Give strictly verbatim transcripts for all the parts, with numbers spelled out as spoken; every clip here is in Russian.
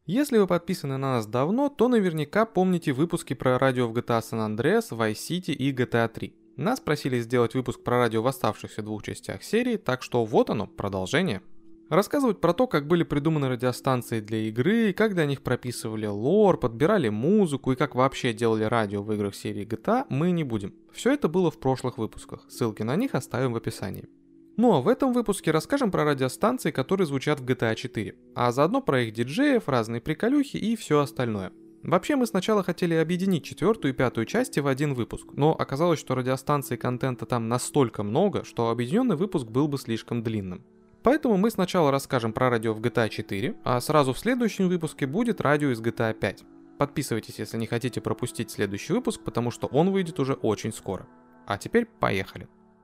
Если вы подписаны на нас давно, то наверняка помните выпуски про радио в джи ти эй San Andreas, Vice City и джи ти эй три. Нас просили сделать выпуск про радио в оставшихся двух частях серии, так что вот оно, продолжение. Рассказывать про то, как были придуманы радиостанции для игры, как для них прописывали лор, подбирали музыку и как вообще делали радио в играх серии джи ти эй, мы не будем. Все это было в прошлых выпусках, ссылки на них оставим в описании. Ну а в этом выпуске расскажем про радиостанции, которые звучат в джи ти эй четыре, а заодно про их диджеев, разные приколюхи и все остальное. Вообще мы сначала хотели объединить четвертую и пятую части в один выпуск, но оказалось, что радиостанций и контента там настолько много, что объединенный выпуск был бы слишком длинным. Поэтому мы сначала расскажем про радио в джи ти эй четыре, а сразу в следующем выпуске будет радио из джи ти эй пять. Подписывайтесь, если не хотите пропустить следующий выпуск, потому что он выйдет уже очень скоро. А теперь поехали.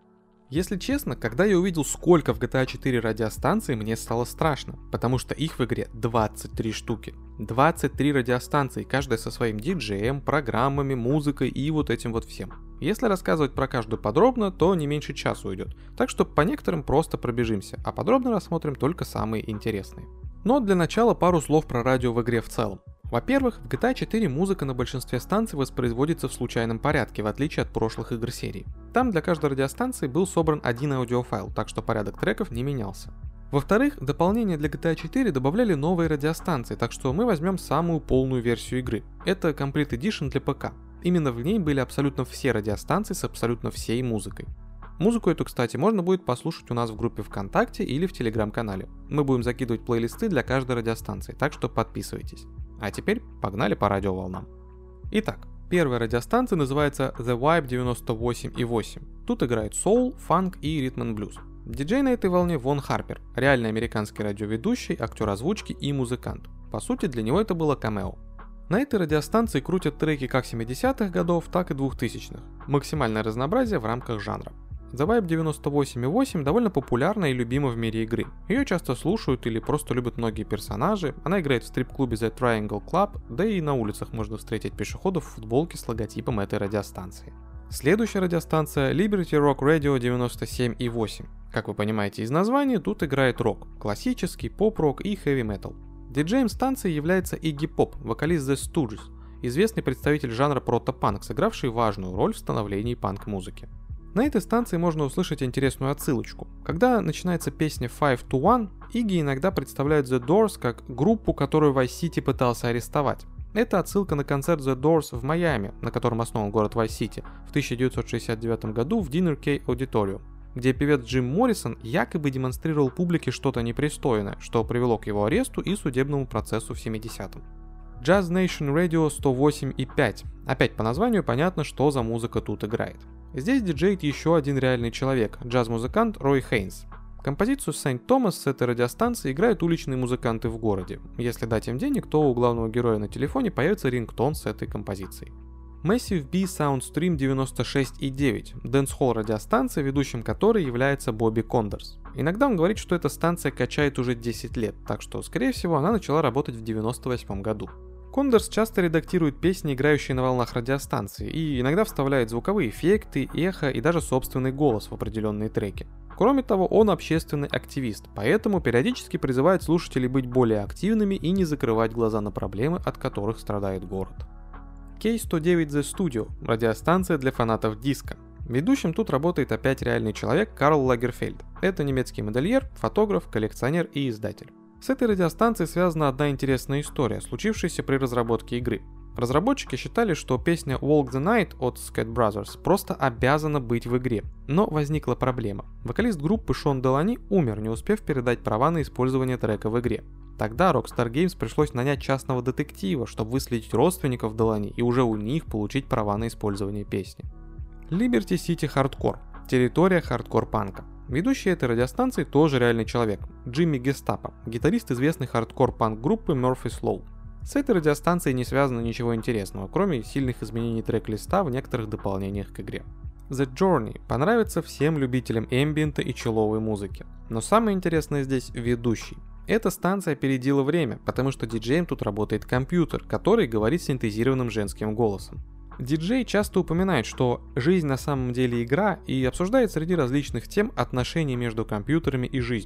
Если честно, когда я увидел, сколько в джи ти эй четыре радиостанций, мне стало страшно, потому что их в игре двадцать три штуки. двадцать три радиостанции, каждая со своим диджеем, программами, музыкой и вот этим вот всем. Если рассказывать про каждую подробно, то не меньше часа уйдет, так что по некоторым просто пробежимся, а подробно рассмотрим только самые интересные. Но для начала пару слов про радио в игре в целом. Во-первых, в джи ти эй четыре музыка на большинстве станций воспроизводится в случайном порядке, в отличие от прошлых игр серии. Там для каждой радиостанции был собран один аудиофайл, так что порядок треков не менялся. Во-вторых, дополнение для джи ти эй четыре добавляли новые радиостанции, так что мы возьмем самую полную версию игры. Это Complete Edition для ПК. Именно в ней были абсолютно все радиостанции с абсолютно всей музыкой. Музыку эту, кстати, можно будет послушать у нас в группе ВКонтакте или в Телеграм-канале. Мы будем закидывать плейлисты для каждой радиостанции, так что подписывайтесь. А теперь погнали по радиоволнам. Итак, первая радиостанция называется The Vibe девяносто восемь и восемь. Тут играет соул, фанк и ритм энд блюз. Диджей на этой волне Вон Харпер, реальный американский радиоведущий, актер озвучки и музыкант. По сути, для него это было камео. На этой радиостанции крутят треки как семидесятых годов, так и двухтысячных. Максимальное разнообразие в рамках жанра. The Vibe девяносто восемь и восемь довольно популярна и любима в мире игры. Ее часто слушают или просто любят многие персонажи, она играет в стрип-клубе The Triangle Club, да и на улицах можно встретить пешеходов в футболке с логотипом этой радиостанции. Следующая радиостанция Liberty Rock Radio девяносто семь и восемь. Как вы понимаете из названия, тут играет рок, классический, поп-рок и хэви-метал. Диджеем станции является Iggy Pop, вокалист The Stooges, известный представитель жанра прото-панк, сыгравший важную роль в становлении панк-музыки. На этой станции можно услышать интересную отсылочку. Когда начинается песня Five to One, Iggy иногда представляют The Doors как группу, которую Vice City пытался арестовать. Это отсылка на концерт The Doors в Майами, на котором основан город Vice City, в тысяча девятьсот шестьдесят девятом году в Dinner Key Auditorium, где певец Джим Моррисон якобы демонстрировал публике что-то непристойное, что привело к его аресту и судебному процессу в семидесятом. Jazz Nation Radio сто восемь и пять. Опять по названию понятно, что за музыка тут играет. Здесь диджеет еще один реальный человек, джаз-музыкант Рой Хейнс. Композицию Saint Thomas с этой радиостанции играют уличные музыканты в городе. Если дать им денег, то у главного героя на телефоне появится рингтон с этой композицией. Massive B Soundstream девяносто шесть и девять, дэнс-холл радиостанция, ведущим которой является Бобби Кондорс. Иногда он говорит, что эта станция качает уже десять лет, так что, скорее всего, она начала работать в девяносто восьмом году. Кондорс часто редактирует песни, играющие на волнах радиостанции, и иногда вставляет звуковые эффекты, эхо и даже собственный голос в определенные треки. Кроме того, он общественный активист, поэтому периодически призывает слушателей быть более активными и не закрывать глаза на проблемы, от которых страдает город. кей сто девять The Studio – радиостанция для фанатов диска. Ведущим тут работает опять реальный человек Карл Лагерфельд. Это немецкий модельер, фотограф, коллекционер и издатель. С этой радиостанцией связана одна интересная история, случившаяся при разработке игры. Разработчики считали, что песня Walk the Night от Scat Brothers просто обязана быть в игре. Но возникла проблема. Вокалист группы Шон Делани умер, не успев передать права на использование трека в игре. Тогда Rockstar Games пришлось нанять частного детектива, чтобы выследить родственников Делани и уже у них получить права на использование песни. Liberty City Hardcore – территория хардкор-панка. Ведущий этой радиостанции тоже реальный человек – Джимми Гестапо, гитарист известной хардкор-панк группы Murphy's Law. С этой радиостанцией не связано ничего интересного, кроме сильных изменений трек-листа в некоторых дополнениях к игре. The Journey понравится всем любителям эмбиента и чилловой музыки. Но самое интересное здесь – ведущий. Эта станция опередила время, потому что диджеем тут работает компьютер, который говорит синтезированным женским голосом. Диджей часто упоминает, что жизнь на самом деле игра, и обсуждает среди различных тем отношения между компьютерами и жизнью.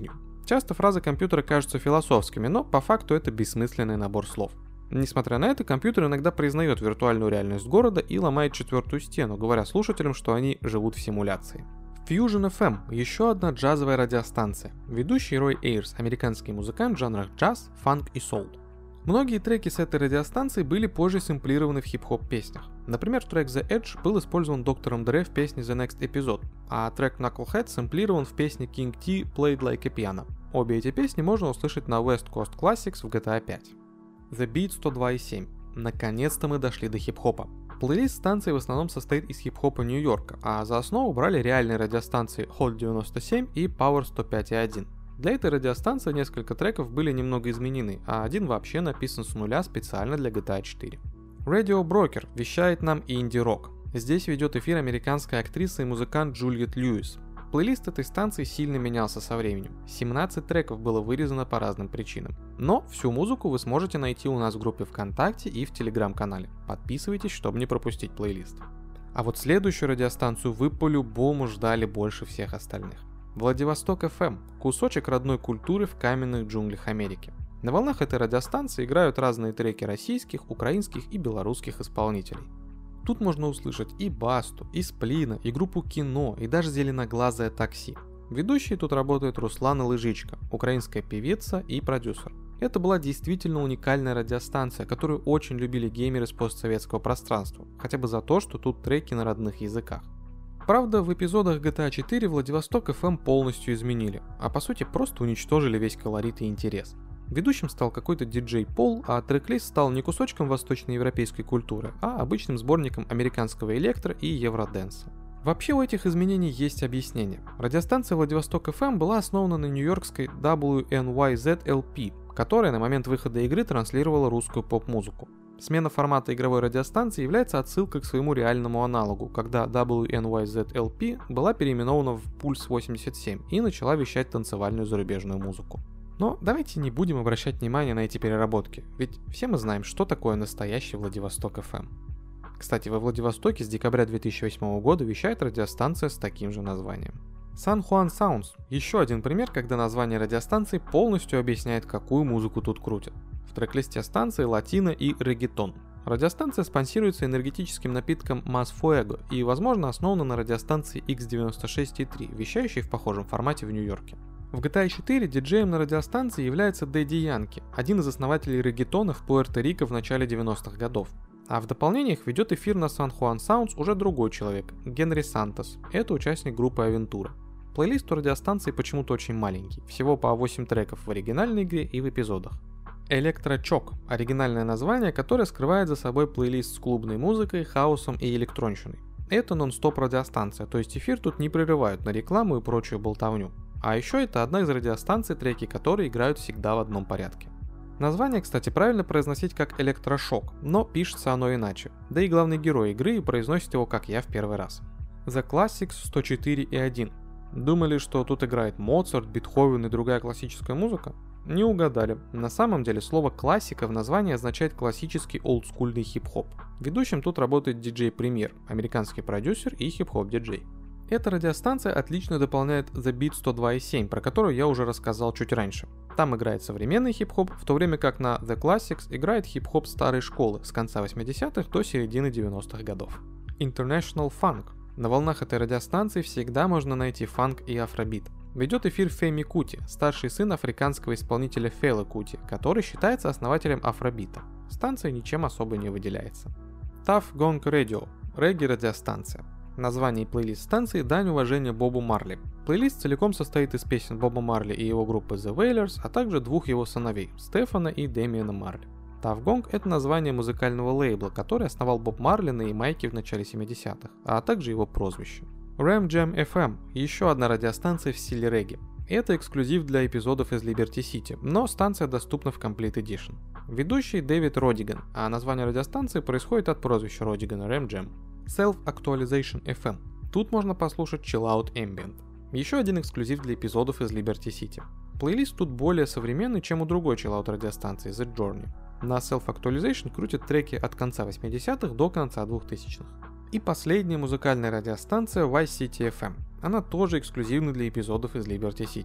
Часто фразы компьютера кажутся философскими, но по факту это бессмысленный набор слов. Несмотря на это, компьютер иногда признает виртуальную реальность города и ломает четвертую стену, говоря слушателям, что они живут в симуляции. Fusion эф эм – еще одна джазовая радиостанция. Ведущий Рой Эйрс – американский музыкант в жанрах джаз, фанк и соул. Многие треки с этой радиостанции были позже сэмплированы в хип-хоп песнях. Например, трек The Edge был использован доктором Dre в песне The Next Episode, а трек Knucklehead сэмплирован в песне King T Played Like a Piano. Обе эти песни можно услышать на West Coast Classics в джи ти эй пять. The Beat сто два и семь. Наконец-то мы дошли до хип-хопа. Плейлист станции в основном состоит из хип-хопа Нью-Йорка, а за основу брали реальные радиостанции Hot девяносто семь и Power сто пять и один. Для этой радиостанции несколько треков были немного изменены, а один вообще написан с нуля специально для джи ти эй четыре. Radio Broker вещает нам инди-рок. Здесь ведет эфир американская актриса и музыкант Джульет Льюис. Плейлист этой станции сильно менялся со временем. семнадцать треков было вырезано по разным причинам. Но всю музыку вы сможете найти у нас в группе ВКонтакте и в Телеграм-канале. Подписывайтесь, чтобы не пропустить плейлист. А вот следующую радиостанцию вы по-любому ждали больше всех остальных. Владивосток эф эм – кусочек родной культуры в каменных джунглях Америки. На волнах этой радиостанции играют разные треки российских, украинских и белорусских исполнителей. Тут можно услышать и Басту, и Сплина, и группу Кино, и даже Зеленоглазое такси. Ведущие тут работают Руслан и Лыжичка, украинская певица и продюсер. Это была действительно уникальная радиостанция, которую очень любили геймеры с постсоветского пространства, хотя бы за то, что тут треки на родных языках. Правда, в эпизодах джи ти эй четыре Владивосток эф эм полностью изменили, а по сути просто уничтожили весь колорит и интерес. Ведущим стал какой-то диджей Пол, а трек-лист стал не кусочком восточноевропейской культуры, а обычным сборником американского электро и евроденса. Вообще у этих изменений есть объяснение. Радиостанция Владивосток эф эм была основана на нью-йоркской дабл ю эн уай зет эл пи, которая на момент выхода игры транслировала русскую поп-музыку. Смена формата игровой радиостанции является отсылкой к своему реальному аналогу, когда дабл ю эн уай зет эл пи была переименована в Пульс восемьдесят семь и начала вещать танцевальную зарубежную музыку. Но давайте не будем обращать внимание на эти переработки, ведь все мы знаем, что такое настоящий Владивосток эф эм. Кстати, во Владивостоке с декабря две тысячи восьмого года вещает радиостанция с таким же названием. San Juan Sounds – еще один пример, когда название радиостанции полностью объясняет, какую музыку тут крутят. В трек-листе станции латино и реггетон. Радиостанция спонсируется энергетическим напитком Mas Fuego и, возможно, основана на радиостанции икс девяносто шесть и три, вещающей в похожем формате в Нью-Йорке. В джи ти эй четыре диджеем на радиостанции является Дэдди Янки, один из основателей реггетона в Пуэрто-Рико в начале девяностых годов. А в дополнениях ведет эфир на San Juan Sounds уже другой человек, Генри Сантос, это участник группы Авентура. Плейлист у радиостанции почему-то очень маленький, всего по восемь треков в оригинальной игре и в эпизодах. Электрочок – оригинальное название, которое скрывает за собой плейлист с клубной музыкой, хаосом и электронщиной. Это нон-стоп радиостанция, то есть эфир тут не прерывают на рекламу и прочую болтовню. А еще это одна из радиостанций, треки которой играют всегда в одном порядке. Название, кстати, правильно произносить как электрошок, но пишется оно иначе. Да и главный герой игры произносит его как я в первый раз. The Classics сто четыре и один. Думали, что тут играет Моцарт, Бетховен и другая классическая музыка? Не угадали. На самом деле слово «классика» в названии означает классический олдскульный хип-хоп. Ведущим тут работает диджей Premier, американский продюсер и хип-хоп-диджей. Эта радиостанция отлично дополняет The Beat сто два и семь, про которую я уже рассказал чуть раньше. Там играет современный хип-хоп, в то время как на The Classics играет хип-хоп старой школы с конца восьмидесятых до середины девяностых годов. International Funk. На волнах этой радиостанции всегда можно найти фанк и афробит. Ведет эфир Феми Кути, старший сын африканского исполнителя Фела Кути, который считается основателем афробита. Станция ничем особо не выделяется. Tough Gong Radio. Регги-радиостанция. Название и плейлист станции – дань уважения Бобу Марли. Плейлист целиком состоит из песен Боба Марли и его группы The Wailers, а также двух его сыновей – Стефана и Дэмиана Марли. Tough Gong – это название музыкального лейбла, который основал Боб Марли на Ямайке в начале семидесятых, а также его прозвище. Ram Jam эф эм – еще одна радиостанция в стиле регги. Это эксклюзив для эпизодов из Liberty City, но станция доступна в Complete Edition. Ведущий Дэвид Родиган, а название радиостанции происходит от прозвища Родигана Ram Jam. Self-Actualization эф эм. Тут можно послушать Chill Out Ambient. Еще один эксклюзив для эпизодов из Liberty City. Плейлист тут более современный, чем у другой Chill Out радиостанции The Journey. На Self-Actualization крутят треки от конца восьмидесятых до конца двухтысячных. И последняя музыкальная радиостанция Vice City эф эм. Она тоже эксклюзивна для эпизодов из Liberty City.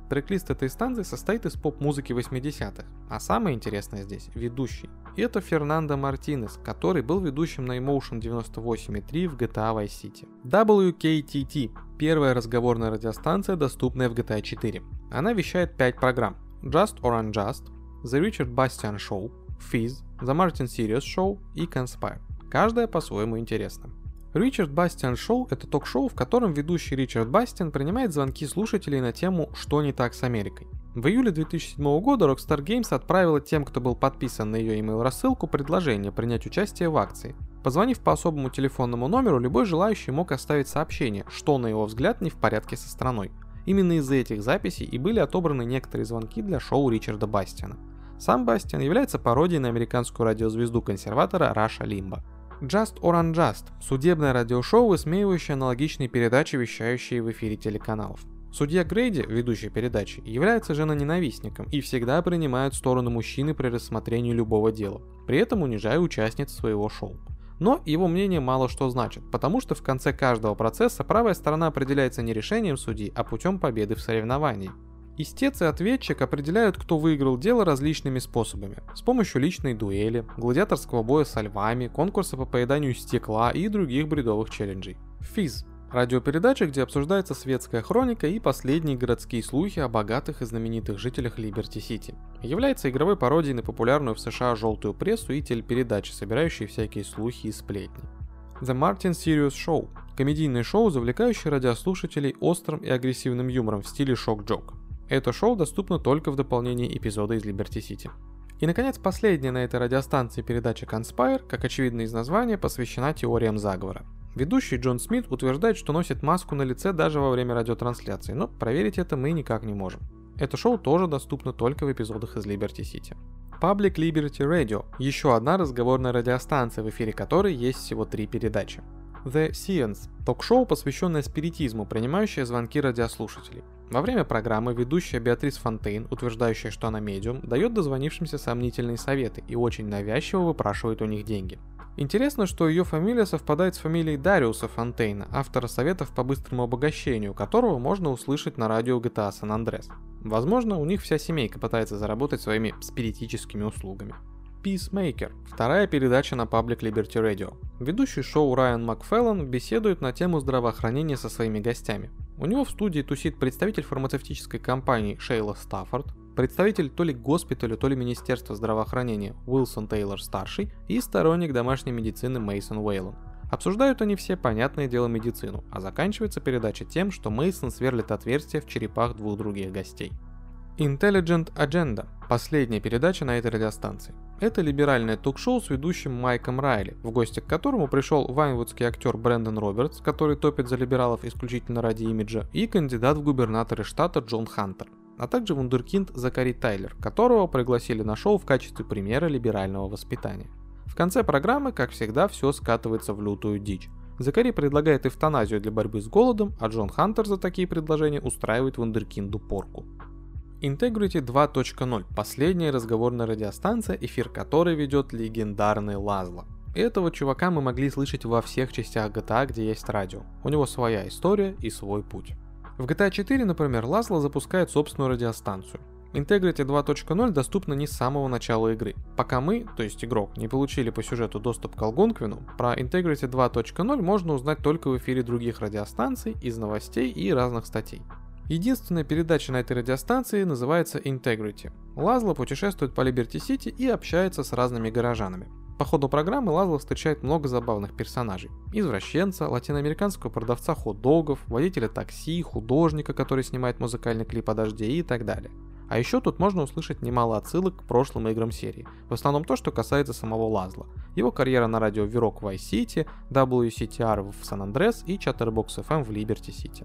Трек-лист этой станции состоит из поп-музыки восьмидесятых, а самое интересное здесь – ведущий. И это Фернандо Мартинес, который был ведущим на Emotion девяносто восемь и три в джи ти эй Vice City. дабл ю кей ти ти – первая разговорная радиостанция, доступная в джи ти эй четыре. Она вещает пять программ – Just or Unjust, The Richard Bastian Show, Fizz, The Martin Sirius Show и Conspire. Каждая по-своему интересна. Richard Bastian Show – это ток-шоу, в котором ведущий Ричард Бастиан принимает звонки слушателей на тему «Что не так с Америкой?». В июле две тысячи седьмого года Rockstar Games отправила тем, кто был подписан на ее email-рассылку, предложение принять участие в акции. Позвонив по особому телефонному номеру, любой желающий мог оставить сообщение, что, на его взгляд, не в порядке со страной. Именно из-за этих записей и были отобраны некоторые звонки для шоу Ричарда Бастиана. Сам Бастиан является пародией на американскую радиозвезду консерватора Раша Лимба. Just or Unjust – судебное радиошоу, высмеивающее аналогичные передачи, вещающие в эфире телеканалов. Судья Грейди, ведущий передачи, является женоненавистником и всегда принимает сторону мужчины при рассмотрении любого дела, при этом унижая участниц своего шоу. Но его мнение мало что значит, потому что в конце каждого процесса правая сторона определяется не решением судьи, а путем победы в соревновании. Истец и ответчик определяют, кто выиграл дело различными способами. С помощью личной дуэли, гладиаторского боя со львами, конкурса по поеданию стекла и других бредовых челленджей. Fizz – радиопередача, где обсуждается светская хроника и последние городские слухи о богатых и знаменитых жителях Либерти-Сити. Является игровой пародией на популярную в США желтую прессу и телепередачи, собирающие всякие слухи и сплетни. The Martin Sirius Show – комедийное шоу, завлекающее радиослушателей острым и агрессивным юмором в стиле шок-джок. Это шоу доступно только в дополнении эпизода из Либерти-Сити. И, наконец, последняя на этой радиостанции передача Conspire, как очевидно из названия, посвящена теориям заговора. Ведущий Джон Смит утверждает, что носит маску на лице даже во время радиотрансляции, но проверить это мы никак не можем. Это шоу тоже доступно только в эпизодах из Либерти-Сити. Public Liberty Radio – еще одна разговорная радиостанция, в эфире которой есть всего три передачи. The Science – ток-шоу, посвященное спиритизму, принимающее звонки радиослушателей. Во время программы ведущая Беатрис Фонтейн, утверждающая, что она медиум, дает дозвонившимся сомнительные советы и очень навязчиво выпрашивает у них деньги. Интересно, что ее фамилия совпадает с фамилией Дариуса Фонтейна, автора советов по быстрому обогащению, которого можно услышать на радио джи ти эй San Andreas. Возможно, у них вся семейка пытается заработать своими спиритическими услугами. Peacemaker – вторая передача на Public Liberty Radio. Ведущий шоу Райан Макфеллон беседует на тему здравоохранения со своими гостями. У него в студии тусит представитель фармацевтической компании Шейла Стаффорд, представитель то ли госпиталя, то ли Министерства здравоохранения Уилсон Тейлор-старший и сторонник домашней медицины Мейсон Уэйлон. Обсуждают они все, понятное дело, медицину, а заканчивается передача тем, что Мейсон сверлит отверстия в черепах двух других гостей. Intelligent Agenda – последняя передача на этой радиостанции. Это либеральное ток-шоу с ведущим Майком Райли, в гости к которому пришел вайнвудский актер Брэндон Робертс, который топит за либералов исключительно ради имиджа, и кандидат в губернаторы штата Джон Хантер, а также вундеркинд Закари Тайлер, которого пригласили на шоу в качестве примера либерального воспитания. В конце программы, как всегда, все скатывается в лютую дичь. Закари предлагает эвтаназию для борьбы с голодом, а Джон Хантер за такие предложения устраивает вундеркинду порку. Integrity два точка ноль – последняя разговорная радиостанция, эфир которой ведет легендарный Лазло. Этого чувака мы могли слышать во всех частях джи ти эй, где есть радио. У него своя история и свой путь. В джи ти эй четыре, например, Лазло запускает собственную радиостанцию. Integrity два точка ноль доступна не с самого начала игры. Пока мы, то есть игрок, не получили по сюжету доступ к Алгонквину, про Integrity два точка ноль можно узнать только в эфире других радиостанций, из новостей и разных статей. Единственная передача на этой радиостанции называется Integrity. Лазло путешествует по Либерти-Сити и общается с разными горожанами. По ходу программы Лазло встречает много забавных персонажей. Извращенца, латиноамериканского продавца хот-догов, водителя такси, художника, который снимает музыкальный клип о дожде и так далее. А еще тут можно услышать немало отсылок к прошлым играм серии. В основном то, что касается самого Лазло. Его карьера на радио Вирок в Vice City, дабл ю си ти ар в San Andreas и Chatterbox эф эм в Либерти-Сити.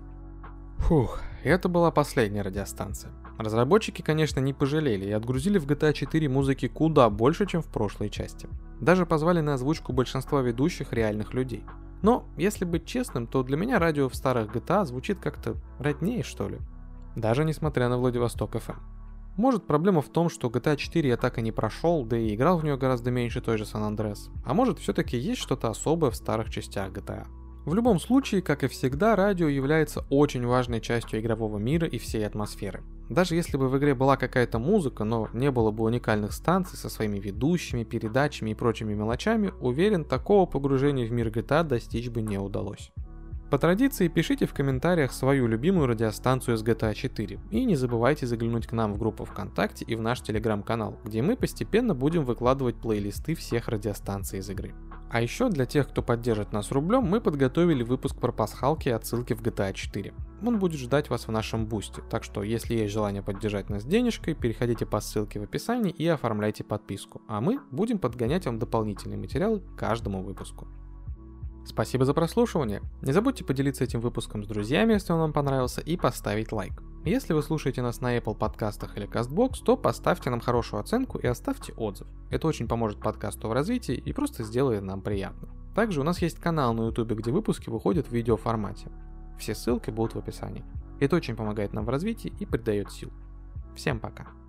Фух, это была последняя радиостанция. Разработчики, конечно, не пожалели и отгрузили в джи ти эй четыре музыки куда больше, чем в прошлой части. Даже позвали на озвучку большинства ведущих реальных людей. Но, если быть честным, то для меня радио в старых джи ти эй звучит как-то роднее, что ли. Даже несмотря на Владивосток эф эм. Может, проблема в том, что джи ти эй четыре я так и не прошел, да и играл в нее гораздо меньше той же San Andreas. А может, все-таки есть что-то особое в старых частях джи ти эй. В любом случае, как и всегда, радио является очень важной частью игрового мира и всей атмосферы. Даже если бы в игре была какая-то музыка, но не было бы уникальных станций со своими ведущими, передачами и прочими мелочами, уверен, такого погружения в мир джи ти эй достичь бы не удалось. По традиции пишите в комментариях свою любимую радиостанцию с джи ти эй четыре и не забывайте заглянуть к нам в группу ВКонтакте и в наш телеграм-канал, где мы постепенно будем выкладывать плейлисты всех радиостанций из игры. А еще для тех, кто поддержит нас рублем, мы подготовили выпуск про пасхалки и отсылки в джи ти эй четыре. Он будет ждать вас в нашем бусте, так что если есть желание поддержать нас денежкой, переходите по ссылке в описании и оформляйте подписку, а мы будем подгонять вам дополнительные материалы к каждому выпуску. Спасибо за прослушивание. Не забудьте поделиться этим выпуском с друзьями, если он вам понравился, и поставить лайк. Если вы слушаете нас на Apple подкастах или CastBox, то поставьте нам хорошую оценку и оставьте отзыв. Это очень поможет подкасту в развитии и просто сделает нам приятно. Также у нас есть канал на YouTube, где выпуски выходят в видеоформате. Все ссылки будут в описании. Это очень помогает нам в развитии и придает сил. Всем пока.